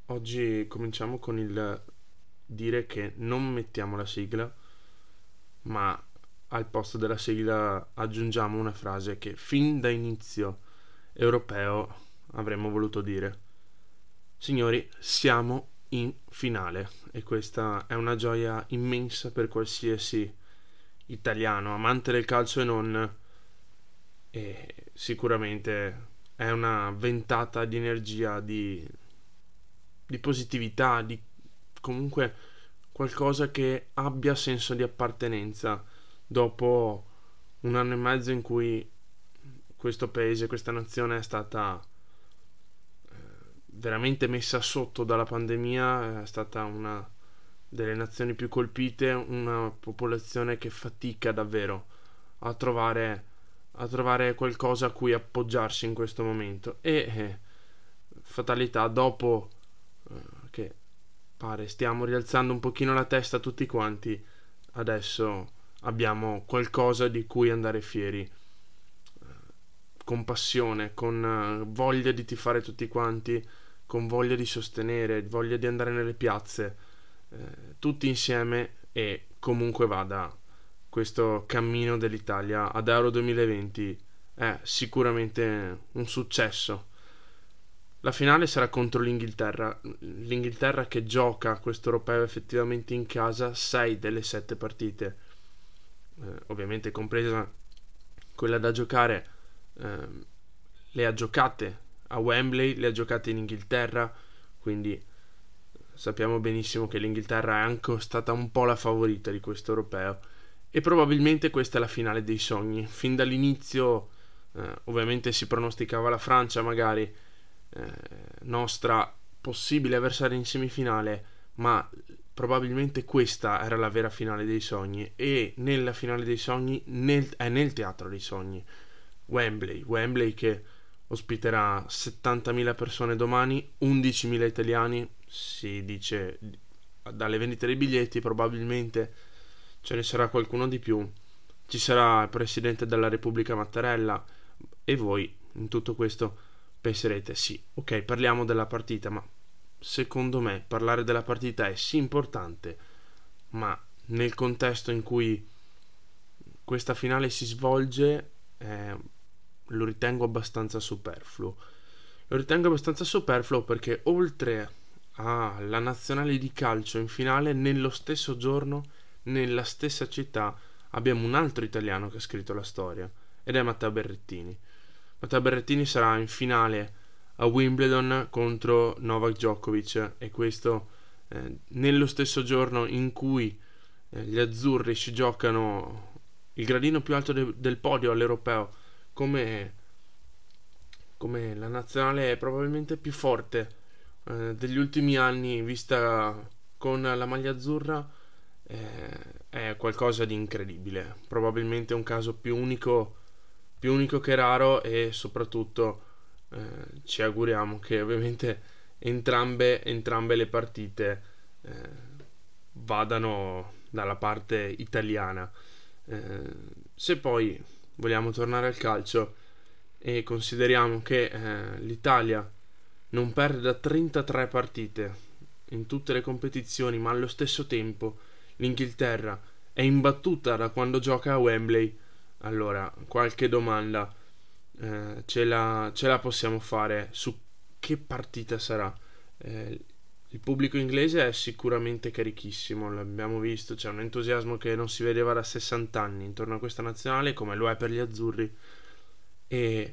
Oggi cominciamo con il dire che non mettiamo la sigla, ma al posto della sigla aggiungiamo una frase che fin da inizio europeo avremmo voluto dire. Signori, siamo in finale e questa è una gioia immensa per qualsiasi italiano, amante del calcio e non, e sicuramente è una ventata di energia, di positività, di comunque qualcosa che abbia senso di appartenenza dopo un anno e mezzo in cui questo paese, questa nazione è stata veramente messa sotto dalla pandemia, è stata una delle nazioni più colpite, una popolazione che fatica davvero a trovare, a trovare qualcosa a cui appoggiarsi in questo momento e fatalità dopo che pare stiamo rialzando un pochino la testa tutti quanti, adesso abbiamo qualcosa di cui andare fieri, con passione, con voglia di tifare tutti quanti, con voglia di sostenere, voglia di andare nelle piazze, tutti insieme e comunque vada, questo cammino dell'Italia ad Euro 2020 è sicuramente un successo. La finale sarà contro l'Inghilterra che gioca questo europeo effettivamente in casa 6 delle 7 partite, ovviamente compresa quella da giocare, eh, le ha giocate a Wembley, le ha giocate in Inghilterra, quindi sappiamo benissimo che l'Inghilterra è anche stata un po' la favorita di questo europeo e probabilmente questa è la finale dei sogni. Fin dall'inizio ovviamente si pronosticava la Francia magari nostra possibile avversaria in semifinale, ma probabilmente questa era la vera finale dei sogni e nella finale dei sogni è nel teatro dei sogni, Wembley che ospiterà 70.000 persone domani, 11.000 italiani, si dice dalle vendite dei biglietti, probabilmente ce ne sarà qualcuno di più, ci sarà il Presidente della Repubblica Mattarella e voi in tutto questo penserete sì, ok, parliamo della partita, ma secondo me parlare della partita è sì importante, ma nel contesto in cui questa finale si svolge lo ritengo abbastanza superfluo. Lo ritengo abbastanza superfluo perché oltre alla nazionale di calcio in finale, nello stesso giorno, nella stessa città, abbiamo un altro italiano che ha scritto la storia ed è Matteo Berrettini. Matteo Berrettini sarà in finale a Wimbledon contro Novak Djokovic e questo nello stesso giorno in cui gli azzurri si giocano il gradino più alto del podio all'europeo come, come la nazionale probabilmente più forte degli ultimi anni vista con la maglia azzurra, è qualcosa di incredibile, probabilmente un caso più unico che raro e soprattutto ci auguriamo che ovviamente entrambe le partite vadano dalla parte italiana. Se poi vogliamo tornare al calcio e consideriamo che l'Italia non perde da 33 partite in tutte le competizioni, ma allo stesso tempo l'Inghilterra è imbattuta da quando gioca a Wembley, allora qualche domanda ce la possiamo fare su che partita sarà. Il pubblico inglese è sicuramente carichissimo, l'abbiamo visto, c'è un entusiasmo che non si vedeva da 60 anni intorno a questa nazionale, come lo è per gli azzurri, e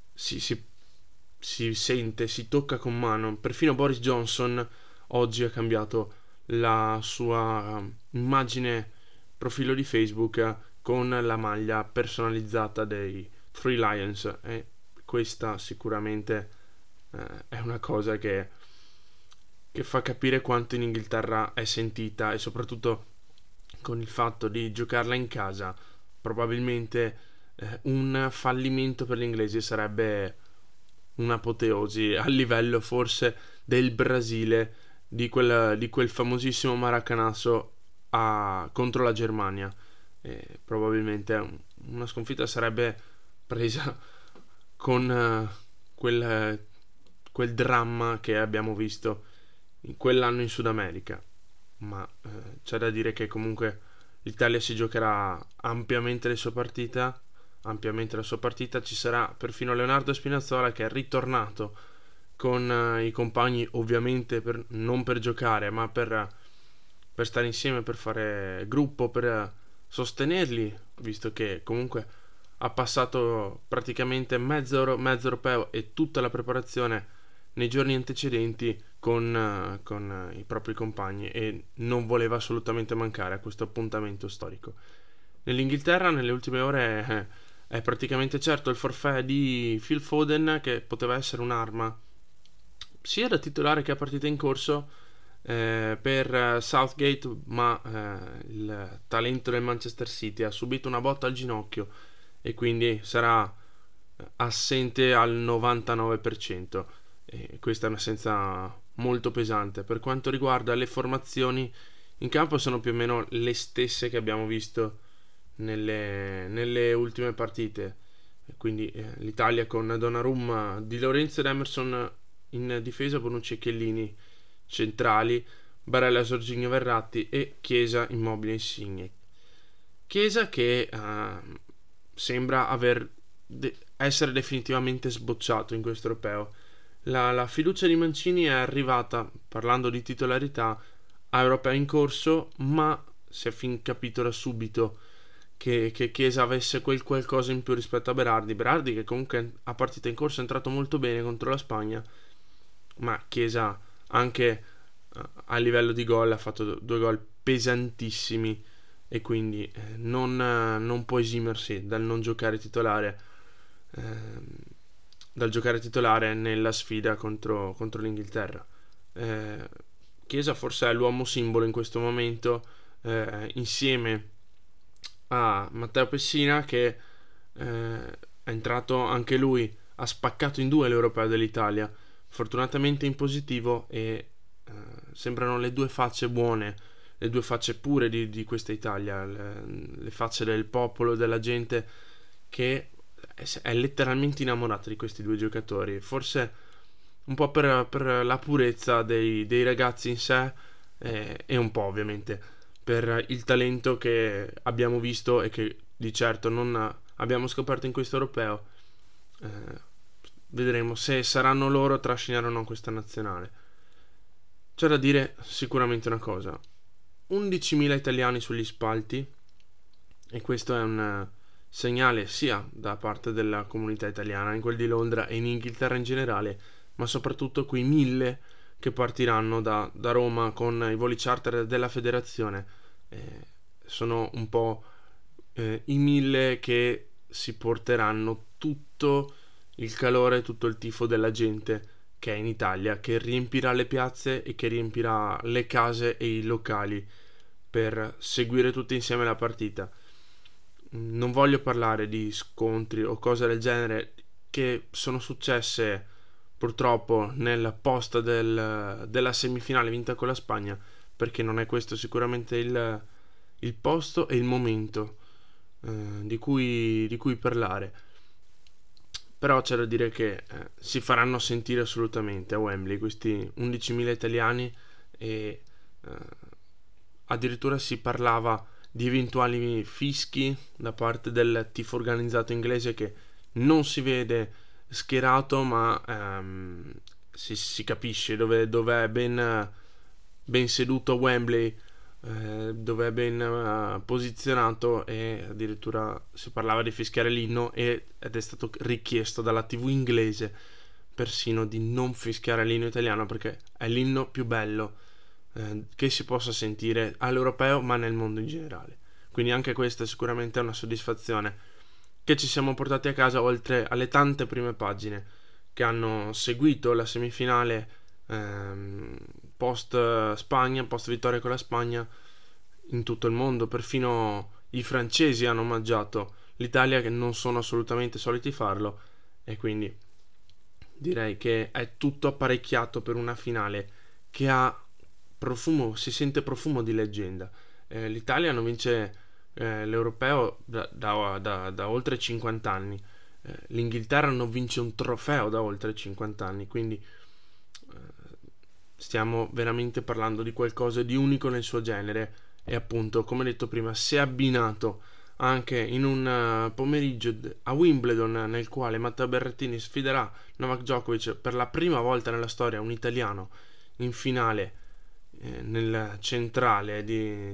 si sente, si tocca con mano. Perfino Boris Johnson oggi ha cambiato la sua immagine profilo di Facebook con la maglia personalizzata dei Three Lions e questa sicuramente è una cosa che fa capire quanto in Inghilterra è sentita e soprattutto con il fatto di giocarla in casa probabilmente un fallimento per gli inglesi sarebbe un'apoteosi a livello forse del Brasile di quel famosissimo maracanazo contro la Germania. Probabilmente una sconfitta sarebbe presa con quel dramma che abbiamo visto in quell'anno in Sud America, ma c'è da dire che comunque l'Italia si giocherà ampiamente la sua partita, ci sarà perfino Leonardo Spinazzola che è ritornato con i compagni, ovviamente non per giocare, ma per stare insieme, per fare gruppo, per sostenerli, visto che comunque ha passato praticamente mezzo europeo e tutta la preparazione nei giorni antecedenti con i propri compagni, e non voleva assolutamente mancare a questo appuntamento storico. Nell'Inghilterra nelle ultime ore è praticamente certo il forfait di Phil Foden, che poteva essere un'arma sia da titolare che a partita in corso per Southgate, ma il talento del Manchester City ha subito una botta al ginocchio e quindi sarà assente al 99%, e questa è un'assenza molto pesante. Per quanto riguarda le formazioni in campo, sono più o meno le stesse che abbiamo visto nelle ultime partite, quindi l'Italia con Donnarumma, Di Lorenzo ed Emerson in difesa, Bonucci e Chiellini centrali, Barella, Jorginho, Verratti e Chiesa, Immobile, Insigne. Chiesa che sembra essere definitivamente sbocciato in questo europeo. La fiducia di Mancini è arrivata, parlando di titolarità, a europeo in corso, ma si è fin capito da subito che Chiesa avesse quel qualcosa in più rispetto a Berardi che comunque a partita in corso è entrato molto bene contro la Spagna, ma Chiesa anche a livello di gol ha fatto 2 gol pesantissimi, e quindi non può esimersi dal non giocare titolare, nella sfida contro l'Inghilterra. Chiesa forse è l'uomo simbolo in questo momento, insieme a Matteo Pessina, che è entrato anche lui, ha spaccato in 2 l'Europeo dell'Italia, fortunatamente in positivo, e sembrano le 2 facce buone, le 2 facce pure di questa Italia, le facce del popolo, della gente che è letteralmente innamorata di questi 2 giocatori, forse un po' per la purezza dei ragazzi in sé, e un po' ovviamente per il talento che abbiamo visto e che di certo non abbiamo scoperto in questo europeo. Vedremo se saranno loro a trascinare o no questa nazionale. C'è da dire sicuramente una cosa: 11.000 italiani sugli spalti, e questo è un segnale sia da parte della comunità italiana in quel di Londra e in Inghilterra in generale, ma soprattutto quei 1.000 che partiranno da Roma con i voli charter della federazione. Sono un po' i 1.000 che si porteranno tutto il calore, tutto il tifo della gente che è in Italia, che riempirà le piazze e che riempirà le case e i locali per seguire tutti insieme la partita. Non voglio parlare di scontri o cose del genere che sono successe purtroppo nel post della semifinale vinta con la Spagna, perché non è questo sicuramente il posto e il momento di cui parlare. Però c'è da dire che si faranno sentire assolutamente a Wembley questi 11.000 italiani, e addirittura si parlava di eventuali fischi da parte del tifo organizzato inglese, che non si vede schierato, ma si capisce dove è ben seduto a Wembley, dove è ben posizionato, e addirittura si parlava di fischiare l'inno, ed è stato richiesto dalla TV inglese persino di non fischiare l'inno italiano, perché è l'inno più bello che si possa sentire all'europeo, ma nel mondo in generale. Quindi anche questa è sicuramente una soddisfazione che ci siamo portati a casa, oltre alle tante prime pagine che hanno seguito la semifinale post Spagna, post vittoria con la Spagna in tutto il mondo. Perfino i francesi hanno omaggiato l'Italia, che non sono assolutamente soliti farlo, e quindi direi che è tutto apparecchiato per una finale che ha profumo, si sente profumo di leggenda. L'Italia non vince l'europeo da oltre 50 anni. L'Inghilterra non vince un trofeo da oltre 50 anni, quindi Stiamo veramente parlando di qualcosa di unico nel suo genere e appunto, come detto prima, se abbinato anche in un pomeriggio a Wimbledon nel quale Matteo Berrettini sfiderà Novak Djokovic per la prima volta nella storia, un italiano in finale nel centrale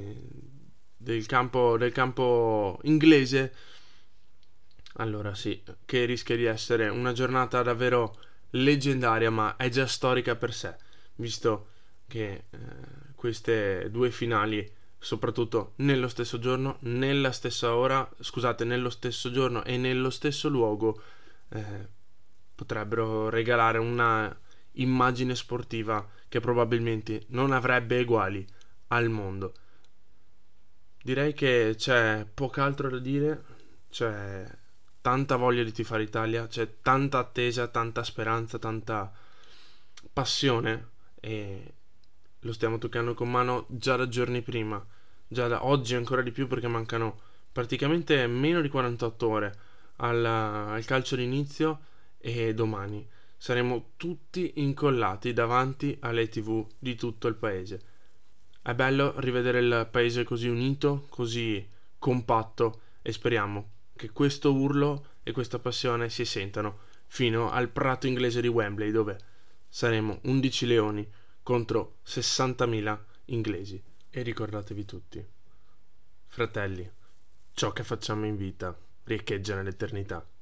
del campo inglese, allora sì, che rischia di essere una giornata davvero leggendaria, ma è già storica per sé, visto che queste due finali, soprattutto nello stesso giorno, nella stessa ora, scusate, nello stesso giorno e nello stesso luogo, eh, potrebbero regalare una immagine sportiva che probabilmente non avrebbe eguali al mondo. Direi che c'è poco altro da dire, c'è tanta voglia di tifare Italia, c'è tanta attesa, tanta speranza, tanta passione e lo stiamo toccando con mano già da giorni prima, già da oggi ancora di più perché mancano praticamente meno di 48 ore al calcio d'inizio e domani saremo tutti incollati davanti alle TV di tutto il paese. È bello rivedere il paese così unito, così compatto e speriamo che questo urlo e questa passione si sentano fino al prato inglese di Wembley dove saremo 11 leoni contro 60.000 inglesi. E ricordatevi tutti, fratelli, ciò che facciamo in vita riecheggia nell'eternità.